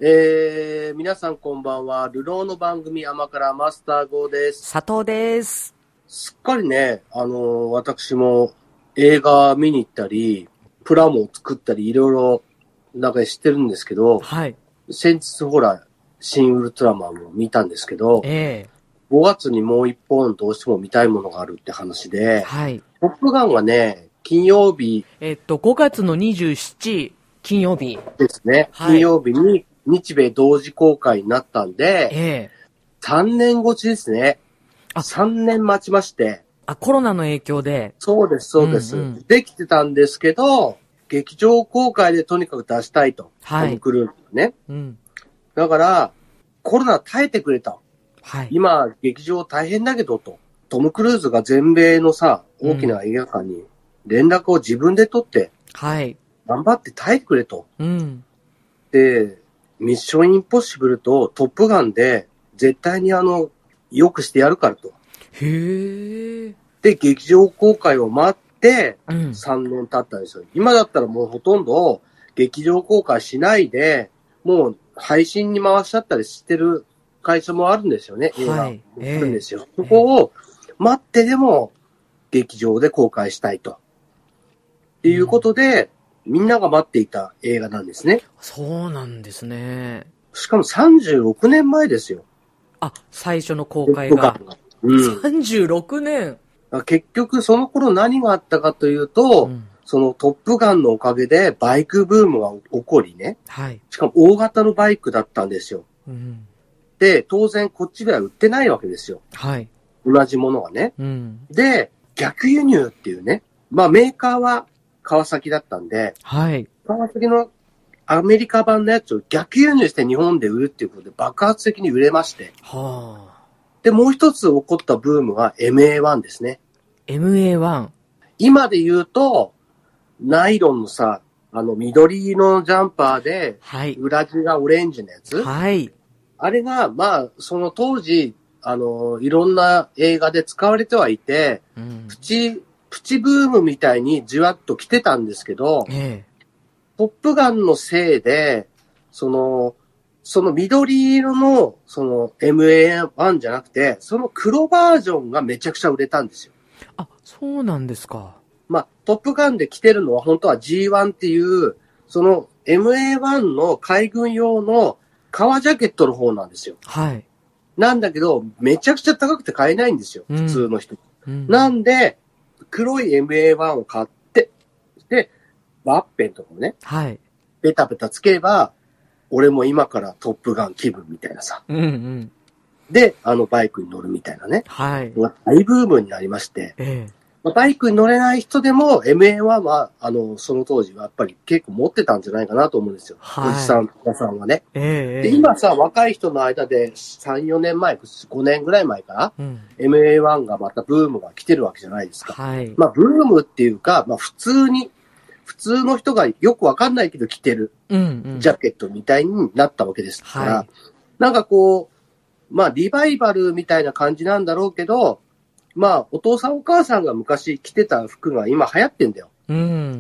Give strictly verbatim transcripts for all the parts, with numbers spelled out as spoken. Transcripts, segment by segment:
えー、皆さんこんばんは。流浪の番組甘辛マスター号です。 佐藤です。 すっかりね、あのー、私も映画見に行ったり、プラモを作ったり、いろいろなんか知ってるんですけど、 はい。 先日ほら、新ウルトラマンを見たんですけど、 ええごがつにもう一本どうしても見たいものがあるって話で、 はい。 トップガンがね、金曜日えっと、ごがつのにじゅうしちにち、金曜日。 ですね、 はい金曜日に日米同時公開になったんで、 ええさんねんごちですね。 あさんねん待ちまして。 あ、コロナの影響で。 そうです、そうです、 うんうん。 できてたんですけど、劇場公開でとにかく出したいと。 はいトム・クルーズがね。 うん。 だから、コロナ耐えてくれた。 はい。 今、劇場大変だけどと。トム・クルーズが全米のさ、大きな映画館に連絡を自分で取って、 はい。 頑張って耐えてくれと。 うん。 で、ミッション・インポッシブルとトップガンで、絶対にあの、良くしてやるからと。 へえ。 で、劇場公開を待って、 うん。 さんねん経ったんですよ。今だったらもうほとんど劇場公開しないで、もう配信に回しちゃったりしてる会社もあるんですよね。映画もあはいるんですよ。そこを待ってでも劇場で公開したいと。っていうことで、みんなが待っていた映画なんですね。 そうなんですね。 しかもさんじゅうろくねんまえですよ。 あ、最初の公開が。 うん。 さんじゅうろくねん。 結局その頃何があったかというと、 うんそのトップガンのおかげでバイクブームが起こりね。 はい。 しかも大型のバイクだったんですよ。 うん。 で、当然こっちでは売ってないわけですよ。 はい。 同じものがね。 うん。 で、逆輸入っていうね。まあメーカーは川崎だったんで、 はい。 川崎のアメリカ版のやつを逆輸入して日本で売るっていうことで爆発的に売れまして。 はあ。 で、もう一つ起こったブームが エムエーワン ですね。 エムエーワン。 今で言うと、ナイロンのさ、あの緑色のジャンパーで、 はい。 裏地がオレンジのやつ。 はい。 あれが、まあ、その当時、あの、いろんな映画で使われてはいて、 うん。 プチ、プチブームみたいにじわっと来てたんですけど、 ええ。 トップガンのせいで、その、その緑色の、その エムエーワン じゃなくて、その黒バージョンがめちゃくちゃ売れたんですよ。 あ、そうなんですか。 まあ、トップガンで着てるのは本当は ジーワン っていう、その エムエーワン の海軍用の革ジャケットの方なんですよ。 はい。 なんだけど、めちゃくちゃ高くて買えないんですよ。 うん普通の人。 うん、 なんで、黒い エムエーワン を買って、で、ワッペンとかもね、 はい。 ペタペタつければ、俺も今からトップガン気分みたいなさ。 うんうん。 で、あのバイクに乗るみたいなね。 はい。 大ブームになりまして。 ええ。 バイクに乗れない人でも エムエーワン は、あの、その当時はやっぱり結構持ってたんじゃないかなと思うんですよ。 はい。 おじさん、おばさんはね。 ええ。 で、今さ、若い人の間でさん、よねんまえ、ごねんぐらい前から、 うん、 エムエーワン がまたブームが来てるわけじゃないですか。 はい。 まあ、ブームっていうか、まあ、普通に、普通の人がよくわかんないけど着てるうんうん。 ジャケットみたいになったわけですから、 はい、 なんかこう、まあ、リバイバルみたいな感じなんだろうけど、まあ、お父さんお母さんが昔着てた服が今流行ってんだよ。 うん。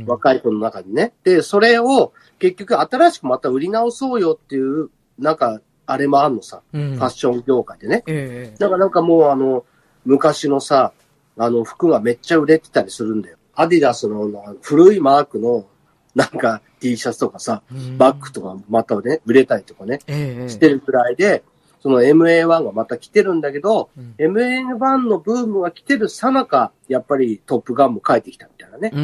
若い子の中にね。で、それを結局新しくまた売り直そうよっていう、なんか、あれもあんのさ。 うん、 ファッション業界でね。 ええ。 だからなんかもうあの、昔のさ、あの服がめっちゃ売れてたりするんだよ。アディダスの古いマークのなんか T シャツとかさ、バッグとかまたね、売れたりとかね、 ええ、 してるくらいで、その エムエーワン がまた来てるんだけど、 うん、 エムエーワン のブームが来てるさなか、やっぱりトップガンも帰ってきたみたいなね、 うん、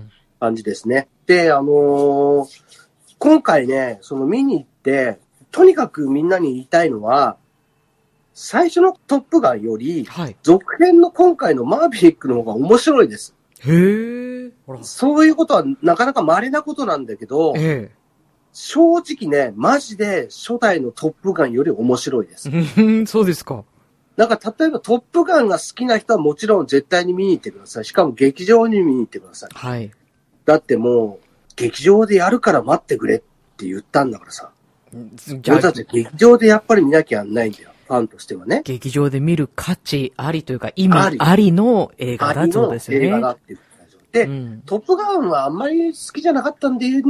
感じですね。で、あのー、今回ね、その見に行って、とにかくみんなに言いたいのは、最初のトップガンより、 はい、 続編の今回のマーヴェリックの方が面白いです。 へえ。 そういうことはなかなか稀なことなんだけど、 ええ。 正直ね、マジで初代のトップガンより面白いです。 そうですか。 なんか例えばトップガンが好きな人はもちろん絶対に見に行ってください。しかも劇場に見に行ってください。 はい。 だってもう、劇場でやるから待ってくれって言ったんだからさ。俺たち劇場でやっぱり見なきゃなんないんだよ。ファンとしてはね。 劇場で見る価値ありというか、今あり、ありの映画だそうですよね。 映画だっていう。で、うん、トップガンはあんまり好きじゃなかったんだよねっ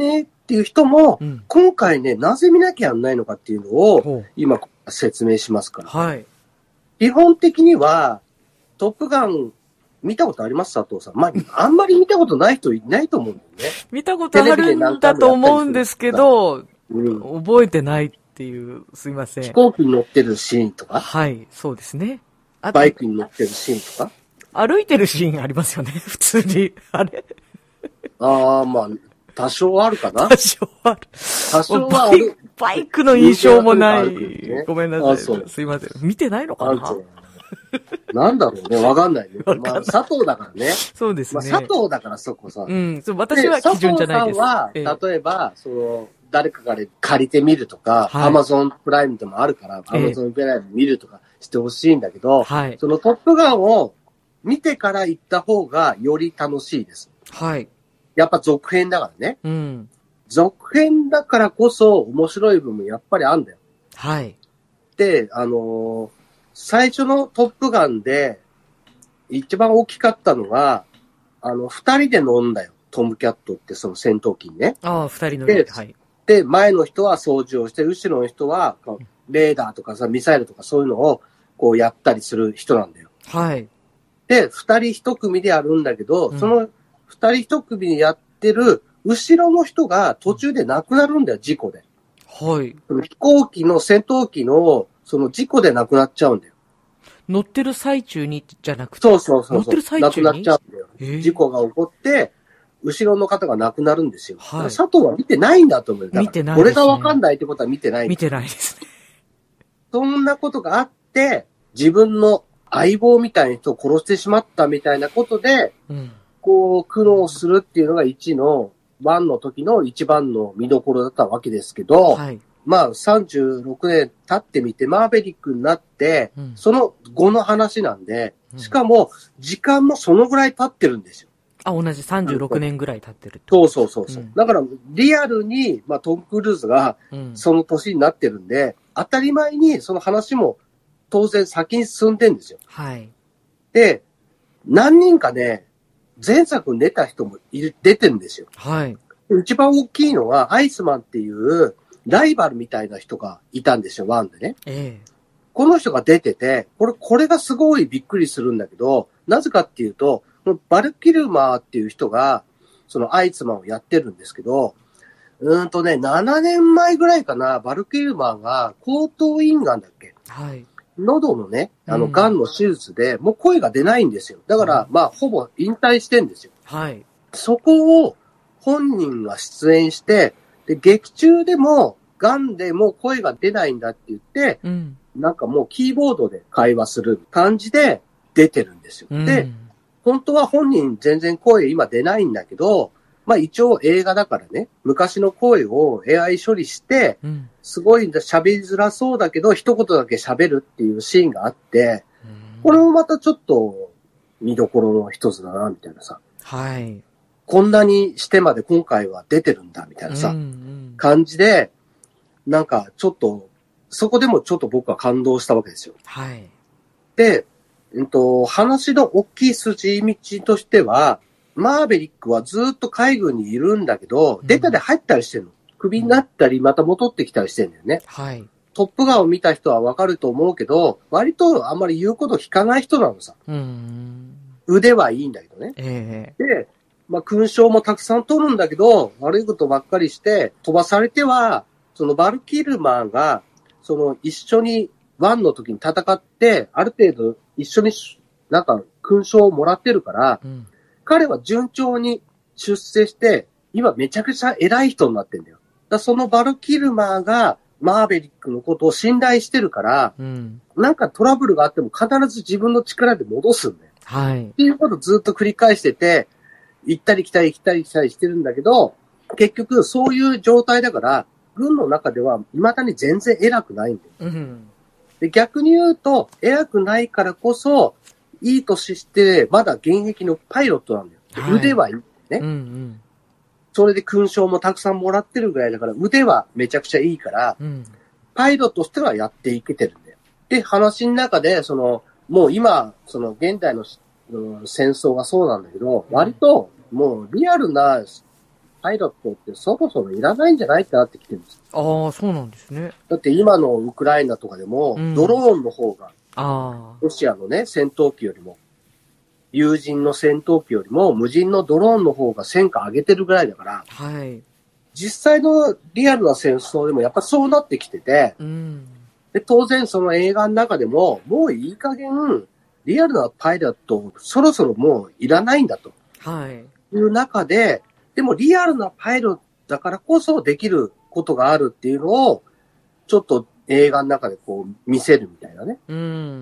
っていう人も、 うん、 今回ね、なぜ見なきゃやんないのかっていうのを、今説明しますから。 はい。 基本的には、トップガン、見たことあります佐藤さん。まあ、あんまり見たことない人いないと思うんだよね。 見たことあるんだと思うんですけど、うん、覚えてないっていう、すいません。 飛行機に乗ってるシーンとか。 はい、そうですね。 あバイクに乗ってるシーンとか。 歩いてるシーンありますよね、普通に。あれああ、まあ、多少あるかな。 多少ある。 多少はある。 バイクの印象もない。ね、ごめんなさい。そうすいません。見てないのかななんだろうね。わかんないね。まあ、佐藤だからね。 そうですね。 まあ、佐藤だからそこさ。 うん。そう私は基準じゃないです。 佐藤さんは、ええ、例えば、その、誰かから借りてみるとか、アマゾンプライムでもあるから、アマゾンプライム見るとかしてほしいんだけど、はい、そのトップガンを見てから行った方がより楽しいです。 はい。 やっぱ続編だからね。 うん。 続編だからこそ面白い部分やっぱりあるんだよ。 はい。 で、あのー、最初のトップガンで一番大きかったのが、あの、二人で乗るんだよ。トムキャットってその戦闘機にね。 ああ、二人乗る。はい。 で、前の人は操縦をして、後ろの人は、レーダーとかさ、ミサイルとかそういうのを、こうやったりする人なんだよ。 はい。 で、二人一組でやるんだけど、うん、その二人一組でやってる、後ろの人が途中で亡くなるんだよ、事故で。 はい。 飛行機の、戦闘機の、その事故で亡くなっちゃうんだよ。 乗ってる最中に、じゃなくて。 そうそうそう。 乗ってる最中に亡くなっちゃうんだよ。事故が起こって、後ろの方が亡くなるんですよ。はい、佐藤は見てないんだと思う。 見てないですね。 俺がわかんないってことは見てない。 見てないですね。 そんなことがあって、自分の相棒みたいな人を殺してしまったみたいなことで、うん、こう、苦悩するっていうのがいちの、ワンの時の一番の見どころだったわけですけど、はい、まあさんじゅうろくねん経ってみて、マーベリックになって、うん、その後の話なんで、しかも、時間もそのぐらい経ってるんですよ。 あ、同じさんじゅうろくねんぐらい経ってるってそうそうそうそう、うん。だから、リアルに、まあ、トム・クルーズが、その年になってるんで、うん、当たり前に、その話も、当然先に進んでるんですよ。 はい。 で、何人かね、前作に出た人もいる、出てるんですよ。 はい。 一番大きいのは、アイスマンっていう、ライバルみたいな人がいたんですよ、ワンでね。 ええ。 この人が出てて、これ、これがすごいびっくりするんだけど、なぜかっていうと、バルキルマーっていう人が、そのアイツマンをやってるんですけど、うーんとね、ななねんまえぐらいかな、バルキルマーが後頭咽がんだっけ、 はい、 喉のね、あの、癌の手術で、もう声が出ないんですよ。だから、うん、まあ、ほぼ引退してんですよ。 はい。 そこを本人が出演して、で、劇中でも、癌でも声が出ないんだって言って、うん、なんかもうキーボードで会話する感じで出てるんですよ。うん、で、本当は本人全然声今出ないんだけど、まあ一応映画だからね、昔の声を エーアイ 処理して、うん、すごい喋りづらそうだけど、一言だけ喋るっていうシーンがあって、これもまたちょっと見どころの一つだな、みたいなさ。 はい。 こんなにしてまで今回は出てるんだ、みたいなさ、うんうん、感じで、なんかちょっと、そこでもちょっと僕は感動したわけですよ。 はい。 で、えっと、話の大きい筋道としては、マーベリックはずっと海軍にいるんだけど、うん、出たで入ったりしてるの。クビになったり、また戻ってきたりしてるんだよね。 はい。 トップガンを見た人はわかると思うけど、割とあんまり言うこと聞かない人なのさ。 うん。 腕はいいんだけどね。 ええー、で、まあ、勲章もたくさん取るんだけど、悪いことばっかりして飛ばされては、そのバルキルマンが、その一緒にワンの時に戦って、ある程度一緒になんか勲章をもらってるから、うん、彼は順調に出世して、今めちゃくちゃ偉い人になってんだよ。だそのバルキルマーがマーベリックのことを信頼してるから、うん、なんかトラブルがあっても必ず自分の力で戻すんだよ。 はい。 っていうことをずっと繰り返してて、行ったり来たり来たり来たりしてるんだけど、結局そういう状態だから、軍の中では未だに全然偉くないんだよ。うん、で逆に言うと、偉くないからこそ、いい年して、まだ現役のパイロットなんだよ。はい、腕はいいね、うんうん。それで勲章もたくさんもらってるぐらいだから、腕はめちゃくちゃいいから、うん、パイロットとしてはやっていけてるんだよ。で、話の中で、その、もう今、その現代の、うん、戦争がそうなんだけど、割ともうリアルなパイロットってそろそろいらないんじゃないってなってきてるんです。 ああ、そうなんですね。 だって今のウクライナとかでも、うん、ドローンの方が、あロシアのね、戦闘機よりも、有人の戦闘機よりも無人のドローンの方が戦果上げてるぐらいだから、はい。実際のリアルな戦争でもやっぱそうなってきてて、うん、で当然その映画の中でも、もういい加減、リアルなパイロットそろそろもういらないんだと。はい。いう中で、でもリアルなパイロットだからこそできることがあるっていうのを、ちょっと映画の中でこう見せるみたいなね。うん。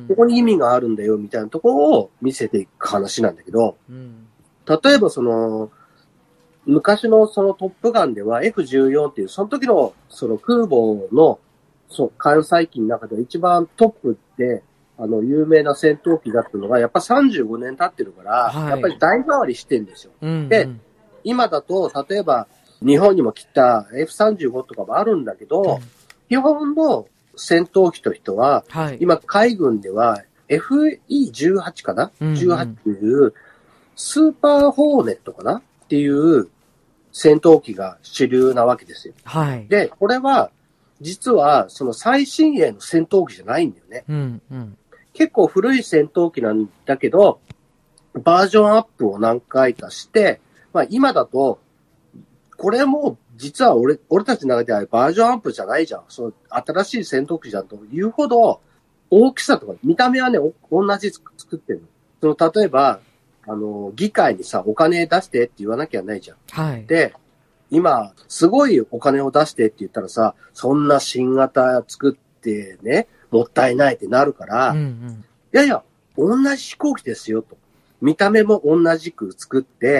ここに意味があるんだよみたいなところを見せていく話なんだけど、うん、例えばその、昔のそのトップガンでは エフじゅうよん っていう、その時のその空母の、そう、艦載機の中で一番トップで、あの、有名な戦闘機だったのが、やっぱさんじゅうごねん経ってるから、はい、やっぱり代替わりしてるんですよ。うんうん、で、今だと、例えば、日本にも来た エフさんじゅうご とかもあるんだけど、うん、基本の戦闘機と人は、はい、今、海軍では エフイーじゅうはち かな、うんうん、じゅうはちっていう、スーパーホーネットかなっていう戦闘機が主流なわけですよ。はい、で、これは、実は、その最新鋭の戦闘機じゃないんだよね。うんうん、結構古い戦闘機なんだけど、バージョンアップを何回かして、まあ今だと、これも実は俺、俺たちの中ではバージョンアップじゃないじゃん。その新しい戦闘機じゃんというほど、大きさとか見た目はね、同じ作ってるの。その例えば、あの、議会にさ、お金出してって言わなきゃないじゃん。はい。で、今、すごいお金を出してって言ったらさ、そんな新型作ってね、もったいないってなるから、うんうん、いやいや、同じ飛行機ですよと。見た目も同じく作って、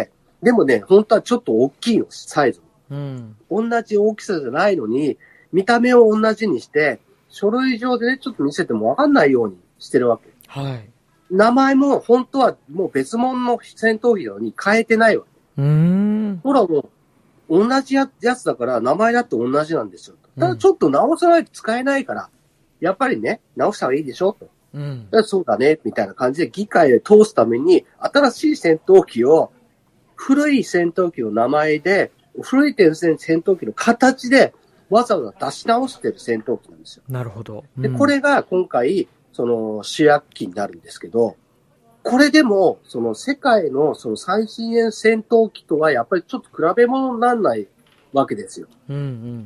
でもね、本当はちょっと大きいの、サイズ。うん、同じ大きさじゃないのに、見た目を同じにして、書類上でね、ちょっと見せてもわかんないようにしてるわけ。はい。名前も本当はもう別物の戦闘機なのに変えてないわけ。うーん。ほらもう、同じやつだから名前だって同じなんですよ。ただちょっと直さないと使えないから、うん、やっぱりね、直した方がいいでしょと。うん、そうだね、みたいな感じで議会で通すために、新しい戦闘機を、古い戦闘機の名前で、古い戦闘機の形で、わざわざ出し直してる戦闘機なんですよ。 なるほど。うん、 で、これが今回、その主役機になるんですけど、これでも、その世界のその最新鋭戦闘機とはやっぱりちょっと比べ物にならないわけですよ。うんうん、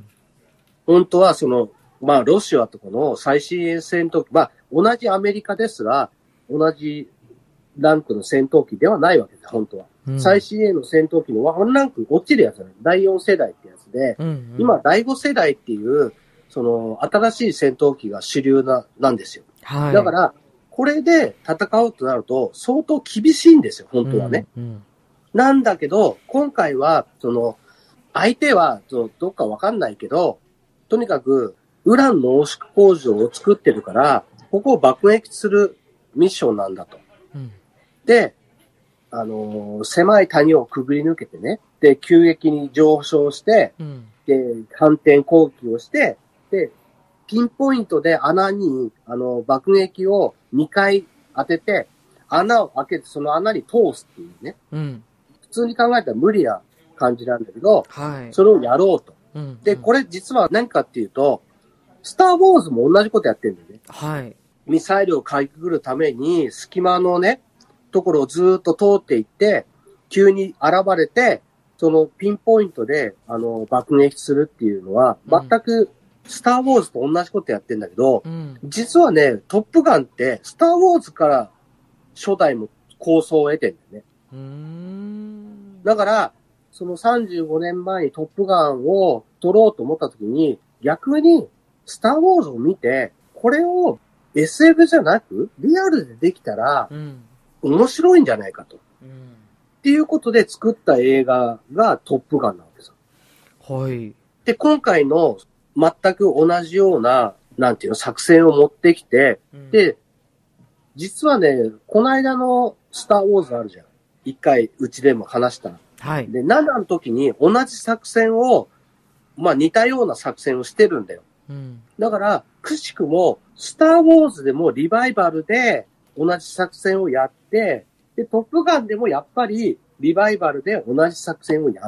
本当はその、まあロシアとかの最新鋭戦闘機、まあ同じアメリカですら、同じランクの戦闘機ではないわけです、本当は。うん、最新鋭の戦闘機のワンランク落ちるやつだね。だいよん世代ってやつで、うんうん、今だいご世代っていう、その新しい戦闘機が主流な、なんですよ。はい、だから、これで戦うとなると相当厳しいんですよ、本当はね。うんうん、なんだけど、今回は、その、相手はどっかわかんないけど、とにかく、ウラン濃縮工場を作ってるから、ここを爆撃するミッションなんだと。うん、で、あのー、狭い谷をくぐり抜けてね、で、急激に上昇して、うん、で、反転攻撃をして、で、ピンポイントで穴に、あの、爆撃をにかい当てて、穴を開けてその穴に通すっていうね。うん、普通に考えたら無理な感じなんだけど、はい、それをやろうと。うん、で、これ実は何かっていうと、スター・ウォーズも同じことやってるんだよね。はい。ミサイルをかいくぐるために、隙間のね、ところをずーっと通っていって、急に現れて、そのピンポイントで、あの、爆撃するっていうのは、全く、スター・ウォーズと同じことやってんだけど、うん、実はね、トップガンって、スター・ウォーズから初代も構想を得てんだよね。うーんだから、そのさんじゅうごねんまえにトップガンを撮ろうと思った時に、逆に、スター・ウォーズを見て、これを エスエフ じゃなく、リアルでできたら、面白いんじゃないかと。うん、っていうことで作った映画がトップガンなんですよ。はい。で、今回の全く同じような、なんていうの、作戦を持ってきて、うん、で、実はね、この間のスター・ウォーズあるじゃん。一回、うちでも話した。はい。で、ななの時に同じ作戦を、まあ似たような作戦をしてるんだよ。うん、だから、くしくも、スター・ウォーズでもリバイバルで同じ作戦をやって、で、トップガンでもやっぱりリバイバルで同じ作戦をやるっていう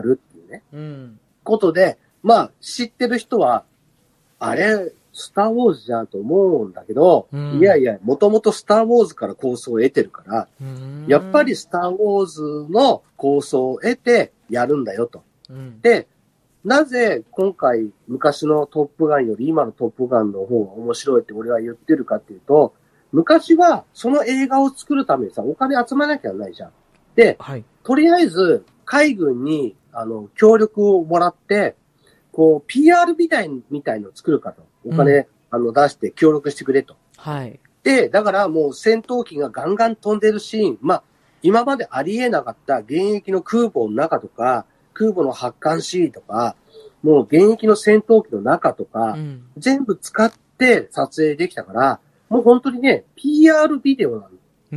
ね。 うん。 ことで、まあ、知ってる人は、あれ、スター・ウォーズじゃんと思うんだけど、うん、いやいや、もともとスター・ウォーズから構想を得てるから、うん、やっぱりスター・ウォーズの構想を得てやるんだよと。うん、で、なぜ今回昔のトップガンより今のトップガンの方が面白いって俺は言ってるかっていうと、昔はその映画を作るためにさ、お金集めなきゃないじゃん。で、はい、とりあえず海軍にあの協力をもらって、こう ピーアール みたいみたいのを作るかと。お金、うん、あの出して協力してくれと。 はい。 で、だからもう戦闘機がガンガン飛んでるシーン、まあ、今までありえなかった現役の空母の中とか、空母の発艦シーンとか、もう現役の戦闘機の中とか、うん、全部使って撮影できたから、もう本当にね、ピーアール ビデオなの。うん。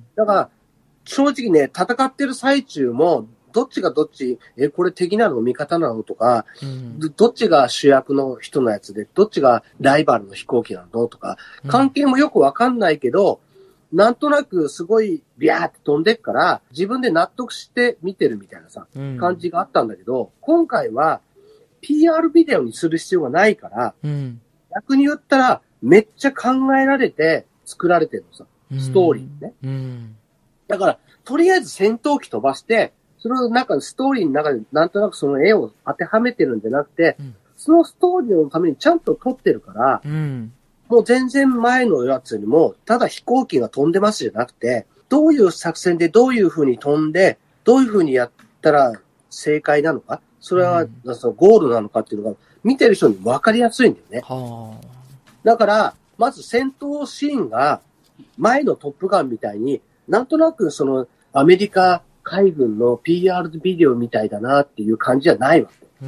だから、正直ね、戦ってる最中も、どっちがどっち、え、これ敵なの味方なのとか、うん、どっちが主役の人のやつで、どっちがライバルの飛行機なのとか、関係もよくわかんないけど、うん、なんとなくすごいビャーって飛んでっから、自分で納得して見てるみたいなさ、うん、感じがあったんだけど、今回は ピーアール ビデオにする必要がないから、うん、逆に言ったらめっちゃ考えられて作られてるのさ、ストーリーね。うんうん、だから、とりあえず戦闘機飛ばして、その中でストーリーの中でなんとなくその絵を当てはめてるんじゃなくて、うん、そのストーリーのためにちゃんと撮ってるから、うん、もう全然前のやつよりも、ただ飛行機が飛んでますじゃなくて、どういう作戦でどういう風に飛んで、どういう風にやったら正解なのか、それは、うん、そのゴールなのかっていうのが見てる人に分かりやすいんだよね。はあ、だから、まず戦闘シーンが前のトップガンみたいになんとなくそのアメリカ海軍の ピーアール ビデオみたいだなっていう感じじゃないわけ。うん、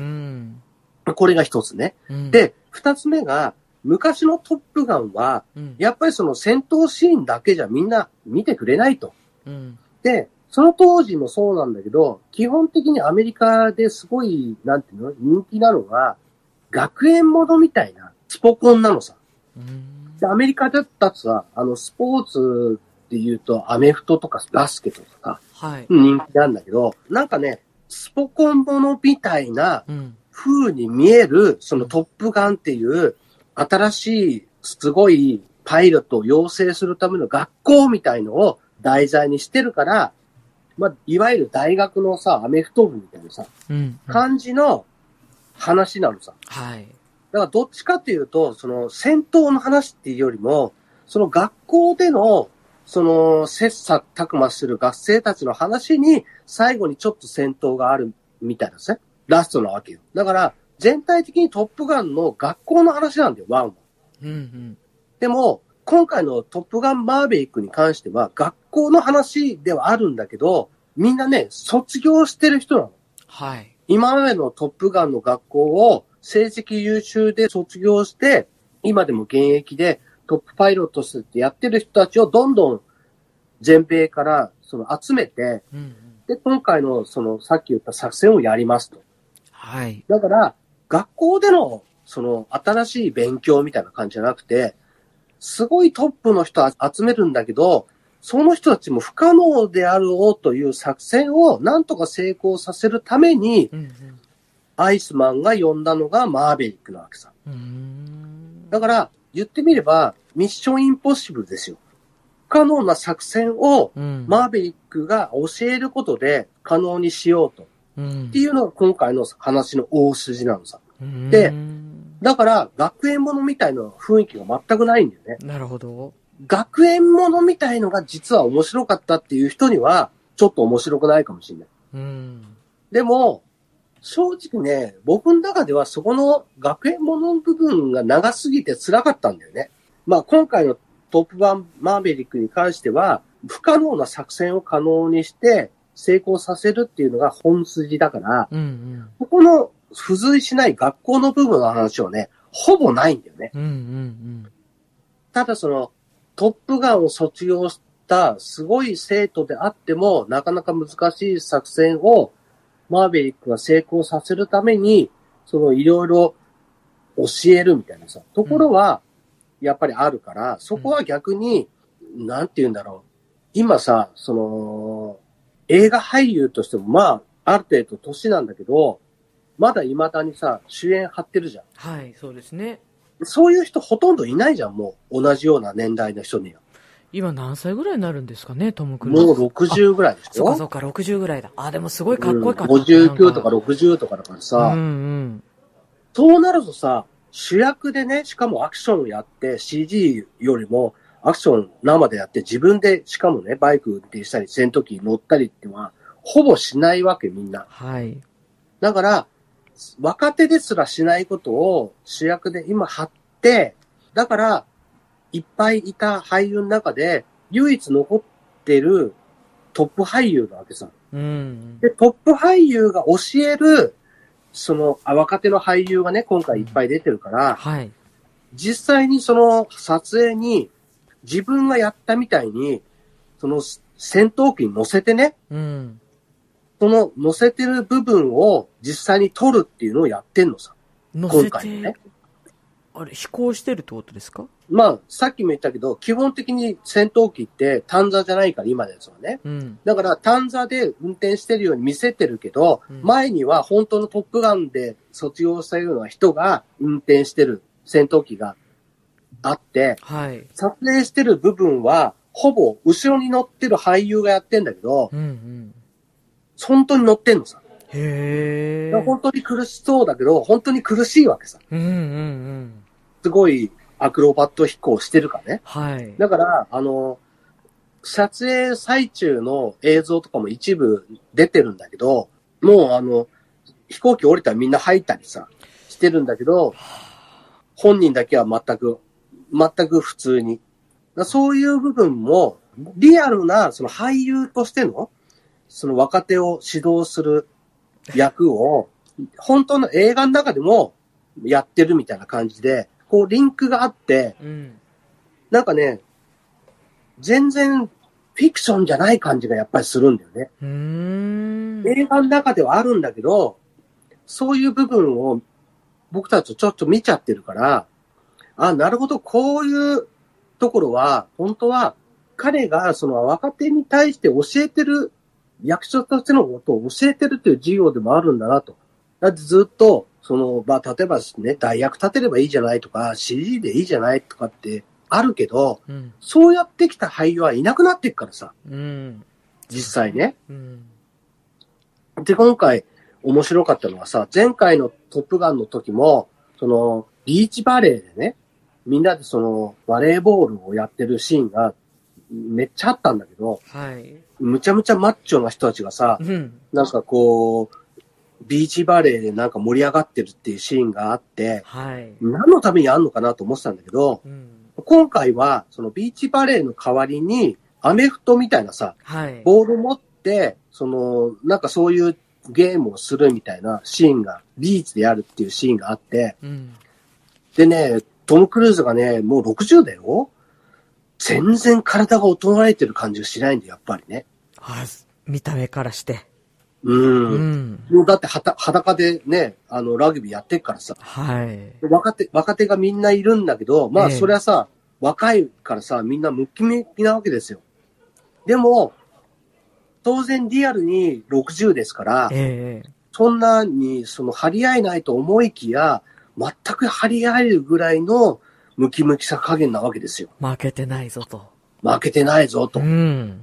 これが一つね。うん、で、二つ目が、昔のトップガンは、うん、やっぱりその戦闘シーンだけじゃみんな見てくれないと。うん、で、その当時もそうなんだけど、基本的にアメリカですごい、なんていうの、人気なのが、学園ものみたいなスポコンなのさ。うん、でアメリカだったらさ、あの、スポーツって言うと、アメフトとかバスケとか、はい、人気なんだけど、なんかね、スポコンものみたいな風に見える、そのトップガンっていう新しいすごいパイロットを養成するための学校みたいのを題材にしてるから、まあ、いわゆる大学のさ、アメフト部みたいなさ、うんうん、感じの話なのさ。はい。だからどっちかっていうと、その戦闘の話っていうよりも、その学校でのその、切磋琢磨する学生たちの話に、最後にちょっと戦闘があるみたいですね。ラストなわけよ。だから、全体的にトップガンの学校の話なんだよ、ワンは。うんうん、でも、今回のトップガンマーベリックに関しては、学校の話ではあるんだけど、みんなね、卒業してる人なの。はい。今までのトップガンの学校を、成績優秀で卒業して、今でも現役で、トップパイロットとしてやってる人たちをどんどん全米からその集めて、うんうん、で、今回のそのさっき言った作戦をやりますと。はい。だから、学校でのその新しい勉強みたいな感じじゃなくて、すごいトップの人集めるんだけど、その人たちも不可能であろうという作戦をなんとか成功させるために、うんうん、アイスマンが呼んだのがマーベリックなわけさ。うーん、だから、言ってみれば、ミッションインポッシブルですよ。不可能な作戦を、マーベリックが教えることで可能にしようと。うん、っていうのが今回の話の大筋なのさ。うん、で、だから、学園ものみたいな雰囲気が全くないんだよね。 なるほど。 学園ものみたいのが実は面白かったっていう人には、ちょっと面白くないかもしれない。うん、でも、正直ね、僕の中ではそこの学園ものの部分が長すぎて辛かったんだよね。まあ今回のトップガンマーベリックに関しては、不可能な作戦を可能にして成功させるっていうのが本筋だから、うんうん、ここの付随しない学校の部分の話はね、ほぼないんだよね。うんうんうん、ただそのトップガンを卒業したすごい生徒であっても、なかなか難しい作戦をマーベリックが成功させるために、そのいろいろ教えるみたいなさ、ところは、やっぱりあるから、うん、そこは逆に、なんて言うんだろう。今さ、その、映画俳優としても、まあ、ある程度年なんだけど、 まだ未だにさ、主演張ってるじゃん。 はい、そうですね。 そういう人ほとんどいないじゃん、もう。同じような年代の人には。 今何歳ぐらいになるんですかね、トム・クルーズ。 もうろくじゅうぐらいでしょ。 そうかそうか、ろくじゅうぐらいだ。あ、でもすごいかっこよかった。うん、 ごじゅうきゅうとかろくじゅうとかだからさ。 うんうん。 そうなるとさ、主役でね、しかもアクションやって、シージー よりもアクション生でやって、自分でしかもね、バイク運転したり、戦闘機乗ったりっていうのは、ほぼしないわけ、みんな。 はい。 だから、若手ですらしないことを主役で今張って、だから、いっぱいいた俳優の中で、唯一残ってるトップ俳優なわけさ。 うん。 で、トップ俳優が教える、その、あ、若手の俳優がね、今回いっぱい出てるから、 うん、はい。 実際にその撮影に自分がやったみたいに、その戦闘機に乗せてね、 うん。 その乗せてる部分を実際に撮るっていうのをやってんのさ。 乗せて、 今回ね。 あれ、飛行してるってことですか？ まあ、さっきも言ったけど、基本的に戦闘機って単座じゃないから、今のやつはね。 うん。 だから単座で運転してるように見せてるけど、うん、前には本当のトップガンで卒業したような人が運転してる戦闘機があって、 はい。 撮影してる部分は、ほぼ後ろに乗ってる俳優がやってんだけど、 うんうん、 本当に乗ってんのさ。 へー。 本当に苦しそうだけど、本当に苦しいわけさ。 うんうんうん。 すごいアクロバット飛行してるからね。 はい。 だから、あの、撮影最中の映像とかも一部出てるんだけど、もうあの、飛行機降りたらみんな入ったりさ、してるんだけど、本人だけは全く、全く普通に。そういう部分も、リアルなその俳優としての、その若手を指導する役を、本当の映画の中でもやってるみたいな感じで、こうリンクがあって、 うん、 なんかね、全然フィクションじゃない感じがやっぱりするんだよね。 うーん、 映画の中ではあるんだけど、そういう部分を僕たちちょっと見ちゃってるから、あ、なるほど、こういうところは、本当は彼がその若手に対して教えてる、役所としてのことを教えてるという授業でもあるんだなと。だってずっと、その、まあ、例えばね、代役立てればいいじゃないとか、シージー でいいじゃないとかってあるけど、うん、そうやってきた俳優はいなくなっていくからさ。うん、実際ね、うん。で、今回面白かったのはさ、前回のトップガンの時も、その、ビーチバレーでね、みんなでその、バレーボールをやってるシーンがめっちゃあったんだけど、 はい。 むちゃむちゃマッチョな人たちがさ、うん、なんかこう、ビーチバレーでなんか盛り上がってるっていうシーンがあって、はい、何のためにあんのかなと思ってたんだけど、うん、今回はそのビーチバレーの代わりにアメフトみたいなさ、はい、ボール持って、その、なんかそういうゲームをするみたいなシーンが、ビーチでやるっていうシーンがあって、うん、でね、トム・クルーズがね、もうろくじゅうだよ。全然体が衰えてる感じがしないんだよ、やっぱりね。 あ、見た目からして。 うん。うん、もうだってはた裸でね、あの、ラグビーやってるからさ。 はい。 若手、若手がみんないるんだけど、まあ、それはさ、ええ、若いからさ、みんなムキムキなわけですよ。でも、当然リアルにろくじゅうですから、ええ、そんなに、その、張り合えないと思いきや、全く張り合えるぐらいのムキムキさ加減なわけですよ。 負けてないぞと。 負けてないぞと。うん。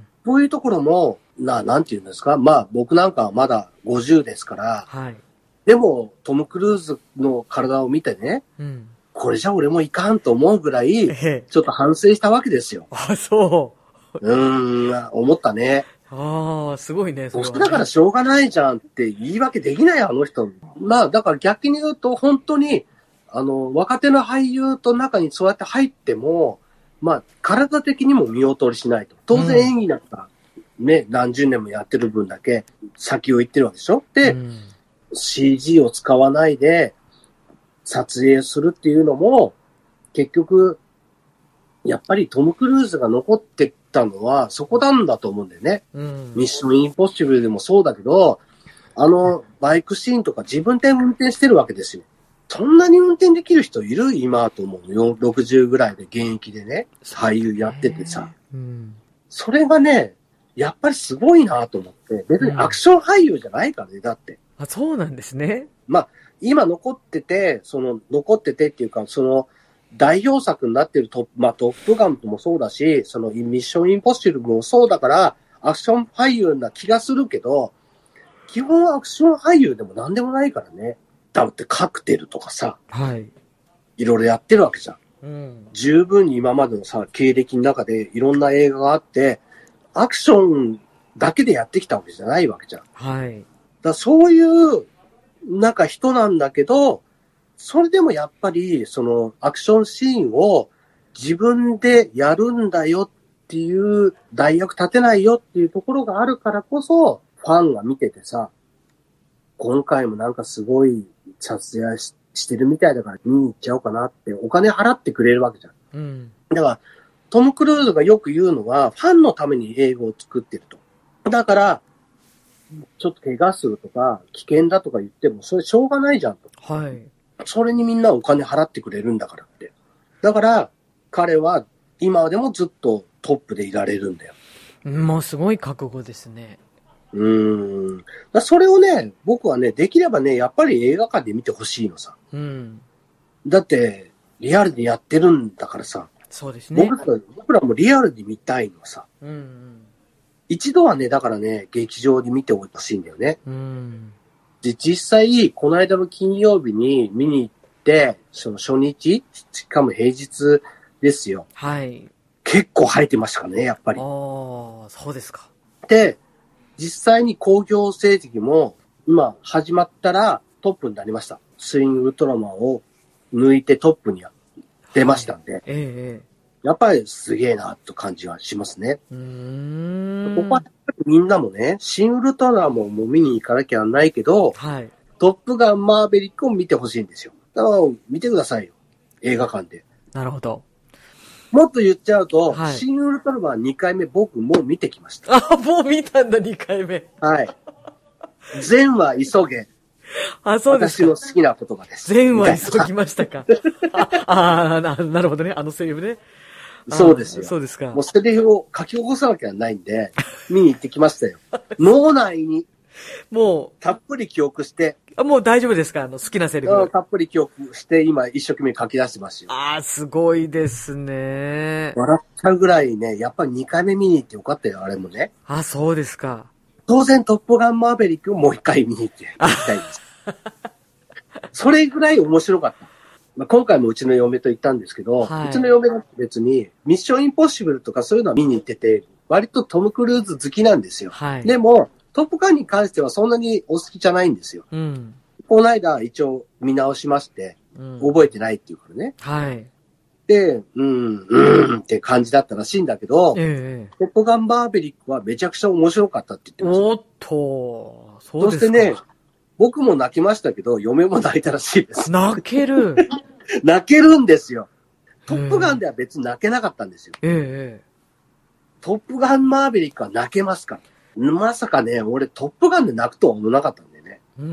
そういうところも、な、なんて言うんですか。まあ、僕なんかはまだごじゅうですから。はい。でも、トム・クルーズの体を見てね。うん。これじゃ俺もいかんと思うぐらい、ちょっと反省したわけですよ。 あ、そう。 うーん、思ったね。 ああ、すごいね。 それはね、だからしょうがないじゃんって言い訳できないあの人。まあ、だから逆に言うと、本当に、あの、若手の俳優と中にそうやって入っても、まあ、体的にも見劣りしないと。当然演技だったら、ね、何十年もやってる分だけ先を行ってるわけでしょ。で、うん、シージー を使わないで撮影するっていうのも、結局、やっぱりトム・クルーズが残ってたのはそこなんだと思うんだよね。うん、ミッション・インポッシブルでもそうだけど、あの、バイクシーンとか自分で運転してるわけですよ。そんなに運転できる人いる今と思うよ。ろくじゅうぐらいで現役でね、俳優やっててさ。うん、それがね、やっぱりすごいなと思って。別にアクション俳優じゃないからね、だって。 あ、そうなんですね。 まあ、今残ってて、その、残っててっていうか、その、代表作になってるトップ、まあ、トップガンもそうだし、その、ミッションインポッシブルもそうだから、アクション俳優な気がするけど、基本はアクション俳優でも何でもないからね。だってカクテルとかさ、 はい。 いろいろやってるわけじゃん。 うん。 十分に今までのさ、経歴の中でいろんな映画があって、アクションだけでやってきたわけじゃないわけじゃん。 はい。 だからそういう、なんか人なんだけど、それでもやっぱり、そのアクションシーンを自分でやるんだよっていう、代役立てないよっていうところがあるからこそ、ファンが見ててさ、今回もなんかすごい撮影ししてるみたいだから見に行っちゃおうかなってお金払ってくれるわけじゃん。 うん。 だから、トム・クルーズがよく言うのは、ファンのために映画を作ってると。だから、ちょっと怪我するとか、危険だとか言っても、それしょうがないじゃんと。 はい。 それにみんなお金払ってくれるんだからって。だから、彼は今でもずっとトップでいられるんだよ。 もうすごい覚悟ですね。 うーん。だそれをね、僕はね、できればね、やっぱり映画館で見てほしいのさ。 うん。 だって、リアルでやってるんだからさ。 そうですね。 僕ら僕らもリアルで見たいのさ。 うんうん。 一度はね、だからね、劇場で見てほしいんだよね。 うん。 で、実際、この間の金曜日に見に行って、その初日、しかも平日ですよ。 はい。 結構入ってましたからね、やっぱり。 ああ、そうですか。 で、実際に興行成績も、今始まったらトップになりました。ツインウルトラマンを抜いてトップには出ましたんで、 はい、ええ。 やっぱりすげえな、と感じはしますね。 うーん。 ここはやっぱりみんなもね、シンウルトラマンも見に行かなきゃないけど、 はい。 トップガンマーベリックを見てほしいんですよ。だから見てくださいよ。映画館で。 なるほど。 もっと言っちゃうと、 はい、 シンウルトラマンにかいめ僕もう見てきました。 あ、もう見たんだ、にかいめ。 はい。善は急げ。 あ、そうですか。 私の好きな言葉です。 善は急ぎましたか。ああな、なるほどね。あのセリフね。 そうですよ。 そうですか。 もうセリフを書き起こさなきゃないんで、見に行ってきましたよ。脳内に、もう、たっぷり記憶して、 あ、もう大丈夫ですか、あの、好きなセリフ。 たっぷり記憶して、今一生懸命書き出してますよ。 ああ、すごいですね。 笑っちゃうぐらいね、やっぱりにかいめ見に行ってよかったよ、あれもね。 あ、そうですか。 当然、トップガンマーベリックをもう一回見に行って行きたいです。それぐらい面白かった。まあ、今回もうちの嫁と行ったんですけど、はい、うちの嫁が別に、ミッションインポッシブルとかそういうのは見に行ってて、割とトム・クルーズ好きなんですよ。はい、でも、トップガンに関してはそんなにお好きじゃないんですよ。うん、この間一応見直しまして、うん、覚えてないっていうからね。はい。で、うん、うんって感じだったらしいんだけど、えー、トップガンマーベリックはめちゃくちゃ面白かったって言ってました。おっと、そうですか。そしてね、僕も泣きましたけど、嫁も泣いたらしいです。 泣ける泣けるんですよ。トップガンでは別に泣けなかったんですよ。ええ、トップガンマーベリックは泣けますから。まさかね、俺トップガンで泣くとは思わなかったんでね。うん。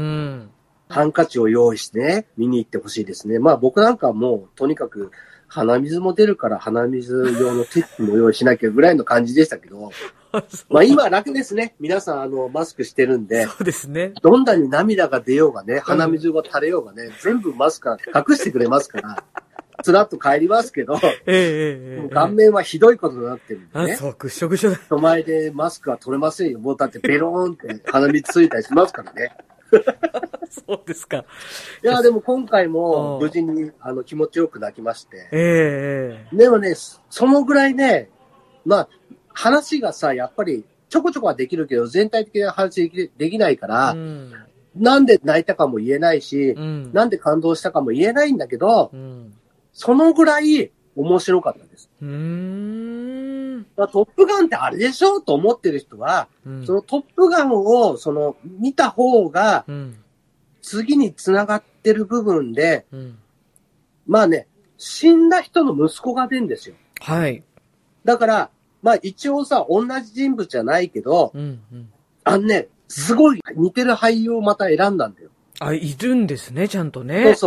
ハンカチを用意してね、見に行ってほしいですね。まあ僕なんかはもう、とにかく、鼻水も出るから鼻水用のティッシュも用意しなきゃぐらいの感じでしたけど。まあ今楽ですね。皆さんあの、マスクしてるんで。 そうですね。 どんなに涙が出ようがね、鼻水が垂れようがね、うん、全部マスクから隠してくれますから。つらっと帰りますけど、ええええ、顔面はひどいことになってるんでね。 あ、そう、ぐっしょぐしょだ。 人前でマスクは取れませんよ。もうだってベローンって鼻水ついたりしますからね。 そうですか。 いや、でも今回も無事にあの気持ちよく泣きまして。ええー。でもね、そのぐらいね、まあ、話がさ、やっぱりちょこちょこはできるけど、全体的な話でき、できないから、うん、なんで泣いたかも言えないし、うん、なんで感動したかも言えないんだけど、うん、そのぐらい面白かったです。うーん、トップガンってあれでしょと思ってる人は、うん、そのトップガンをその見た方が、次に繋がってる部分で、うん、まあね、死んだ人の息子が出るんですよ。はい。だから、まあ一応さ、同じ人物じゃないけど、うんうん、あのね、すごい似てる俳優をまた選んだんだよ。 あ、いるんですね、ちゃんとね。 そうそう。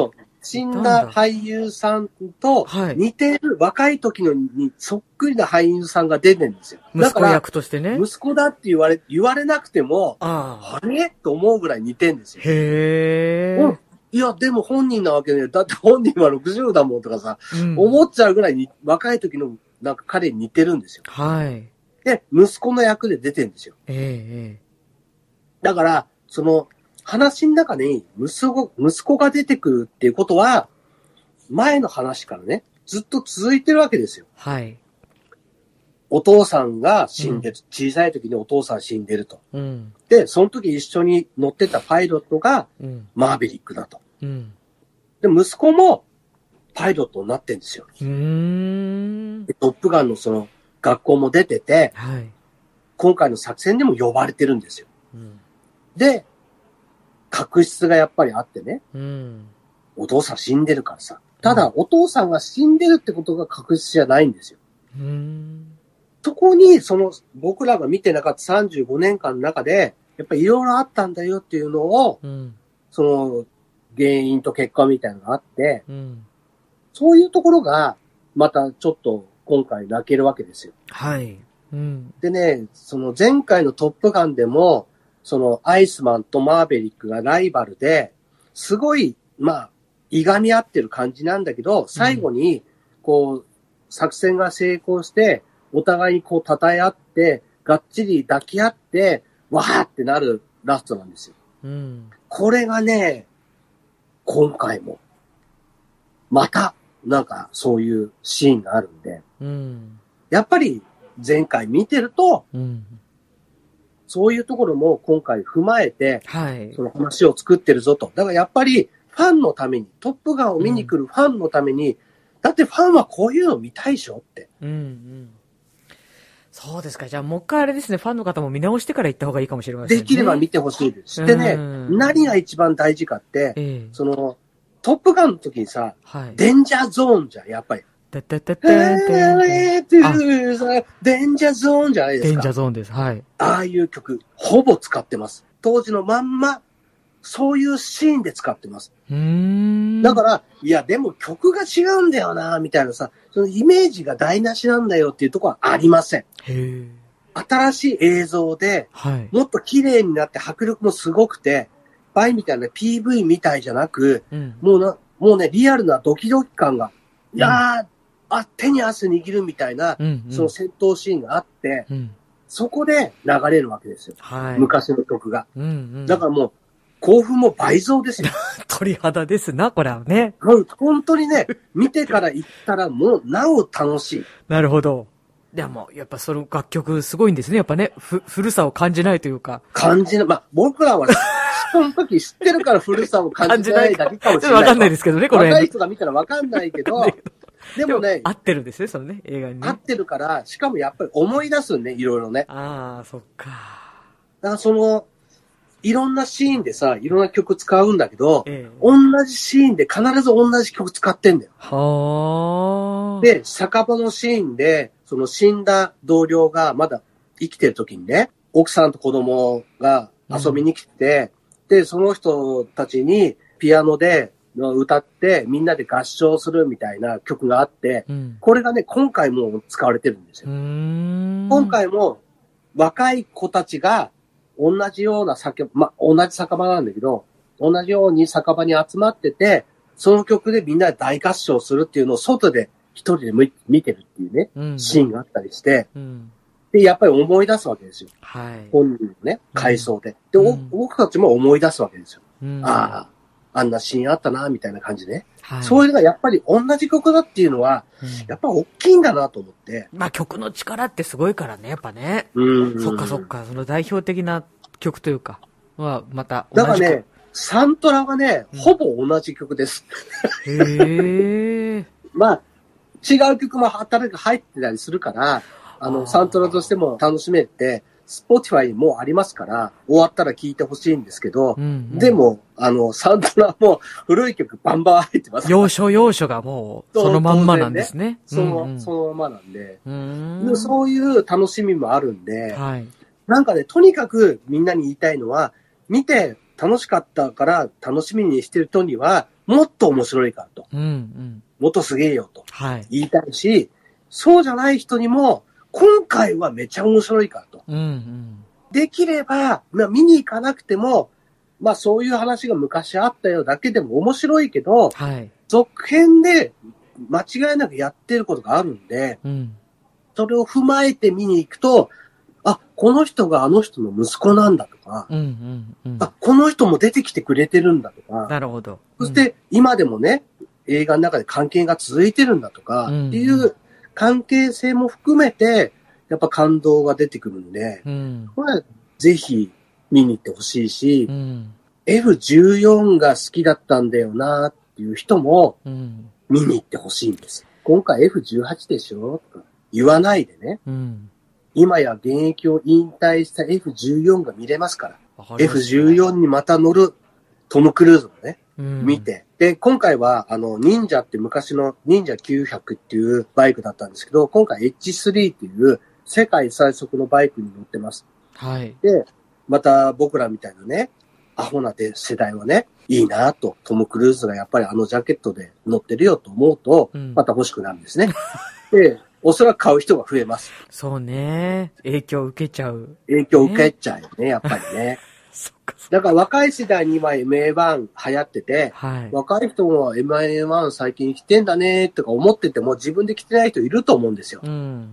死んだ俳優さんと似てる若い時のにそっくりな俳優さんが出てるんですよ。 息子役としてね。 息子だって言われ、言われなくても、あ, あれと思うぐらい似てるんですよ。 へー。 いや、でも本人なわけね。だって本人はろくじゅうだもんとかさ、うん、思っちゃうぐらいに若い時のなんか彼に似てるんですよ。 はい。 で、息子の役で出てるんですよ。 ええ。 だから、その、話の中に息子、息子が出てくるっていうことは、前の話からね、ずっと続いてるわけですよ。 はい。 お父さんが死んでる。うん、小さい時にお父さん死んでると。 うん、 で、その時一緒に乗ってたパイロットが、マーヴェリックだと。 うん、 で、息子もパイロットになってるんですよ。 うーんでトップガンのその学校も出てて、 はい、 今回の作戦でも呼ばれてるんですよ。 うん、 で、確執がやっぱりあってね、 うん、 お父さん死んでるからさ。ただ、お父さんが死んでるってことが確執じゃないんですよ。 うーんそこに、その、僕らが見てなかったさんじゅうごねんかんの中で、やっぱりいろいろあったんだよっていうのを、 うん、 その、原因と結果みたいなのがあって、 うん、 そういうところが、またちょっと今回泣けるわけですよ。 はい。うん、 でね、その前回のトップガンでも、そのアイスマンとマーヴェリックがライバルで、すごい、まあ、いがみ合ってる感じなんだけど、最後に、こう、作戦が成功して、お互いにこう称え合って、がっちり抱き合って、わーってなるラストなんですよ。 うん、 これがね、今回も、また、なんかそういうシーンがあるんで、 うん、 やっぱり前回見てると、 うん、 そういうところも今回踏まえて、 はい、 その話を作ってるぞと。だからやっぱりファンのために、トップガンを見に来るファンのために、うん、だってファンはこういうの見たいでしょって。 うんうんそうですか。じゃあもう一回あれですね、ファンの方も見直してから行った方がいいかもしれませんね。 できれば見てほしいです。でね、何が一番大事かって、ええ、その、トップガンの時にさ、はい、デンジャーゾーンじゃん、やっぱり。 てててててデンジャーゾーンじゃないですか。 デンジャーゾーンです。はい。 ああいう曲、ほぼ使ってます。当時のまんま、そういうシーンで使ってます。 うーんだから、いや、でも曲が違うんだよな、みたいなさ、そのイメージが台無しなんだよっていうところはありません。 へー。 新しい映像で、はい、もっと綺麗になって迫力もすごくて、バイみたいな ピーブイ みたいじゃなく、うん、もうな、もうね、リアルなドキドキ感が、いやー、うん、あ、手に汗握るみたいな、うんうん、その戦闘シーンがあって、うん、そこで流れるわけですよ。はい、昔の曲が、 うんうん。 だからもう、興奮も倍増ですよ。 鳥肌ですな、これはね。 本当にね、見てから行ったらもうなお楽しい。 なるほど。でも、やっぱその楽曲すごいんですね。やっぱね、ふ、古さを感じないというか。 感じない。まあ、僕らは、その時知ってるから古さを感じないだけかもしれない。 わかんないですけどね、これ。 若い人が見たらわかんないけど、でもね、 合ってるんですね、そのね、映画にね。 合ってるから、しかもやっぱり思い出すね、いろいろね。 ああ、そっか。 だからその、いろんなシーンでさ、いろんな曲使うんだけど、ええ、同じシーンで必ず同じ曲使ってんだよ。 はで、酒場のシーンで、その死んだ同僚がまだ生きてる時にね、奥さんと子供が遊びに来て、うん、で、その人たちにピアノで歌ってみんなで合唱するみたいな曲があって、うん、これがね、今回も使われてるんですよ。今回も若い子たちが同じような酒場、ま、同じ酒場なんだけど、同じように酒場に集まってて、その曲でみんなで大合唱するっていうのを外で一人で見てるっていうね、うん、シーンがあったりして、うん、で、やっぱり思い出すわけですよ。 はい、 本人のね、回想で。で、うん、僕たちも思い出すわけですよ。うん、ああ、あんなシーンあったな、みたいな感じで、ね。はい、そういうのがやっぱり同じ曲だっていうのは、うん、やっぱ大きいんだなと思って。 まあ曲の力ってすごいからね、やっぱね。 うん。 そっかそっか、その代表的な曲というか、はまた同じ。 だからね、サントラはね、うん、ほぼ同じ曲です。 へー。 まあ、違う曲も働く入ってたりするから、あの、サントラとしても楽しめて、Spotify もありますから、終わったら聴いてほしいんですけど、うんうん、でも、あの、サントラも古い曲バンバン入ってます。 要所要所がもう、そのまんまなんですね。 その、うんうん、そのままなんで、うんそういう楽しみもあるんで、はい、なんかね、とにかくみんなに言いたいのは、見て楽しかったから楽しみにしてる人には、 もっと面白いからと。 うんうん、 もっとすげえよと。 はい。 言いたいし、そうじゃない人にも、今回はめちゃ面白いからと。 うんうん、 できれば、まあ、見に行かなくても、まあそういう話が昔あったよだけでも面白いけど、 はい、 続編で間違いなくやってることがあるんで、 うん、 それを踏まえて見に行くと、あ、この人があの人の息子なんだとか、 うんうんうん、 あ、この人も出てきてくれてるんだとか、 なるほど。 そして今でもね、映画の中で関係が続いてるんだとか、 うん、 っていう関係性も含めて、やっぱ感動が出てくるんで、 うん、 これはぜひ見に行ってほしいし、 うん、 エフじゅうよん が好きだったんだよなっていう人も見に行ってほしいんです。今回 エフじゅうはち でしょとか言わないでね、 うん、 今や現役を引退した エフじゅうよん が見れますから、 かりましたエフじゅうよん にまた乗るトム・クルーズもね、 うん、 見て。で、今回は、あの、忍者って昔の忍者きゅうひゃくっていうバイクだったんですけど、今回 エイチスリー っていう世界最速のバイクに乗ってます。 はい。 で、また僕らみたいなね、アホなで世代はね、いいなと、トム・クルーズがやっぱりあのジャケットで乗ってるよと思うと、 うん、 また欲しくなるんですね。で、おそらく買う人が増えます。 そうね。影響受けちゃう。 影響受けちゃうよね、やっぱりね。 そっかそっか。 だから若い世代に今 エムエーワン 流行ってて、 はい、 若い人も エムエーワン 最近着てんだねとか思ってても自分で着てない人いると思うんですよ。 うん、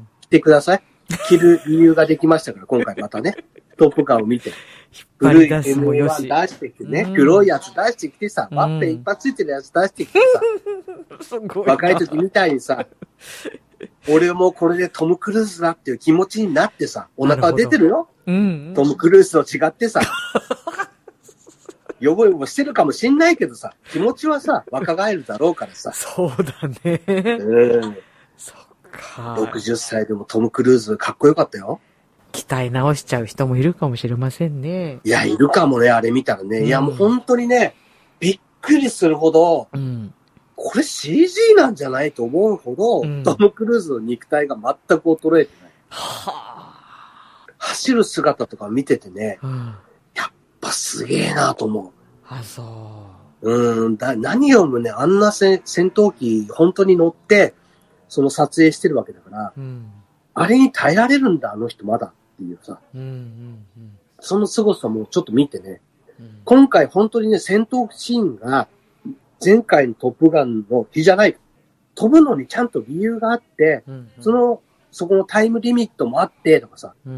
着てください。着る理由ができましたから、今回またね。トップガンを見て。古い エムエーワン 出してきてね、うん、黒いやつ出してきてさ、ワッペン一発ついてるやつ出してきてさ、すごい若い時みたいにさ、俺もこれでトム・クルーズだっていう気持ちになってさ、お腹は出てるよ。 うんうん、 トム・クルーズと違ってさ、よぼよぼしてるかもしんないけどさ、気持ちはさ、若返るだろうからさ。 そうだね。 うん。 そっか。 ろくじゅっさいでもトム・クルーズかっこよかったよ。 鍛え直しちゃう人もいるかもしれませんね。 いや、いるかもね、あれ見たらね。うん、いや、もう本当にね、びっくりするほど、うん、これ シージー なんじゃないと思うほど、うん、トム・クルーズの肉体が全く衰えてない。はあ、走る姿とか見ててね、うん、やっぱすげえなと思う。 あ、そう。 うんだ、何よりもね、あんな戦闘機本当に乗って、その撮影してるわけだから、うん、あれに耐えられるんだ、あの人まだっていうさ。うんうんうん、その凄さもちょっと見てね、うん、今回本当にね、戦闘シーンが、前回のトップガンの日じゃない。飛ぶのにちゃんと理由があって、うんうん、その、そこのタイムリミットもあってとかさ、うんうん、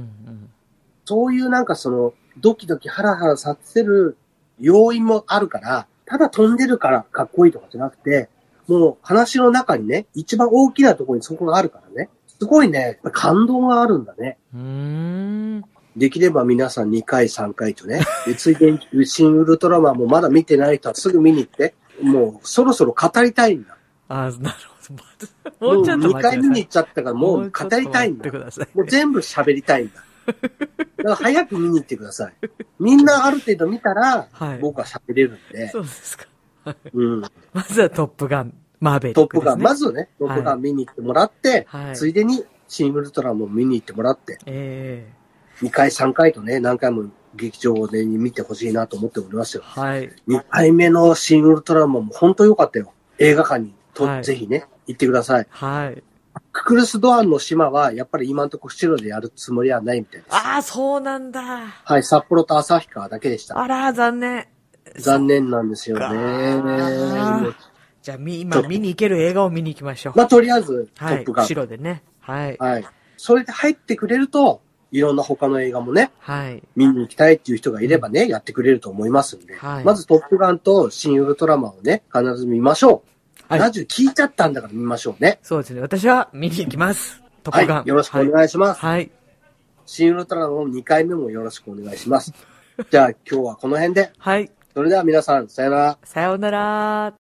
そういうなんかその、ドキドキハラハラさせる要因もあるから、ただ飛んでるからかっこいいとかじゃなくて、もう話の中にね、一番大きなところにそこがあるからね、すごいね、感動があるんだね。うーん、できれば皆さんにかいさんかいとね、でついでに新ウルトラマンもまだ見てない人はすぐ見に行って、もうそろそろ語りたいんだ。 ああ、なるほど。もうちょっと待ってください。もうにかい見に行っちゃったからもう語りたいんだ。もう全部喋りたいんだ。だから早く見に行ってください。みんなある程度見たら、はい、僕は喋れるんで。 そうですか。 うん。 まずはトップガン、マーベリック、 ね。トップガン、まずね、トップガン見に行ってもらって、はい、ついでに新ウルトラも見に行ってもらって、えー、にかいさんかいとね、何回も劇場で見てほしいなと思っておりますよ。はい。にかいめの新ウルトラマンも本当良かったよ。映画館にと、はい、ぜひね、行ってください。はい。ククルス・ドアンの島は、やっぱり今のところ釧路でやるつもりはないみたいです。 ああ、そうなんだ。 はい、札幌と旭川だけでした。 あら、残念。 残念なんですよね。 じゃあ、今見に行ける映画を見に行きましょう。 まあ、とりあえず、トップガン。 はい、釧路でね。はい。 はい。それで入ってくれると、いろんな他の映画もね、はい。見に行きたいっていう人がいればね、うん、やってくれると思いますんで。はい。まずトップガンと新ウルトラマンをね、必ず見ましょう。はい、ラジオ聞いちゃったんだから見ましょうね。 そうですね。私は見に行きます。トップガン。 はい。よろしくお願いします。 はい。 新ウルトラマンのにかいめもよろしくお願いします。じゃあ今日はこの辺で。はい。それでは皆さん、さよなら。 さようなら。